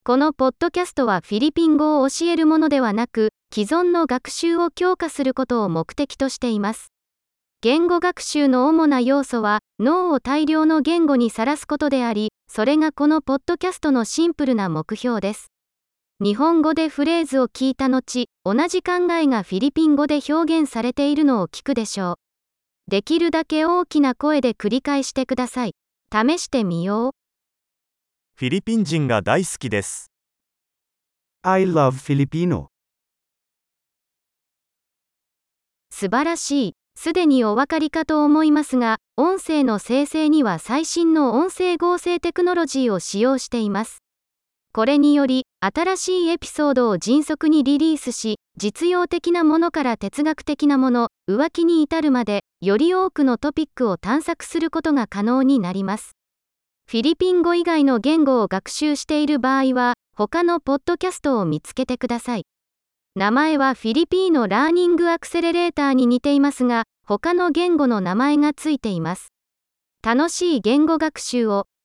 このポッドキャストはフィリピン語を教えるものではなく、既存の学習を強化することを目的としています。言語学習の主な要素は、脳を大量の言語にさらすことであり、それがこのポッドキャストのシンプルな目標です。日本語でフレーズを聞いた後、同じ考えがフィリピン語で表現されているのを聞くでしょう。できるだけ大きな声で繰り返してください。試してみよう。 フィリピン人が大好きです。 I love Filipino. 素晴らしい。すでにお分かりかと思いますが、音声の生成には最新の音声合成テクノロジーを使用しています。これにより、新しいエピソードを迅速にリリースし、実用的なものから哲学的なもの、浮気に至るまで、より多くのトピックを探索することが可能になります。フィリピン語以外の言語を学習している場合は、他のポッドキャストを見つけてください。名前はフィリピーノラーニングアクセレレーターに似ていますが、他の言語の名前がついています。楽しい言語学習を。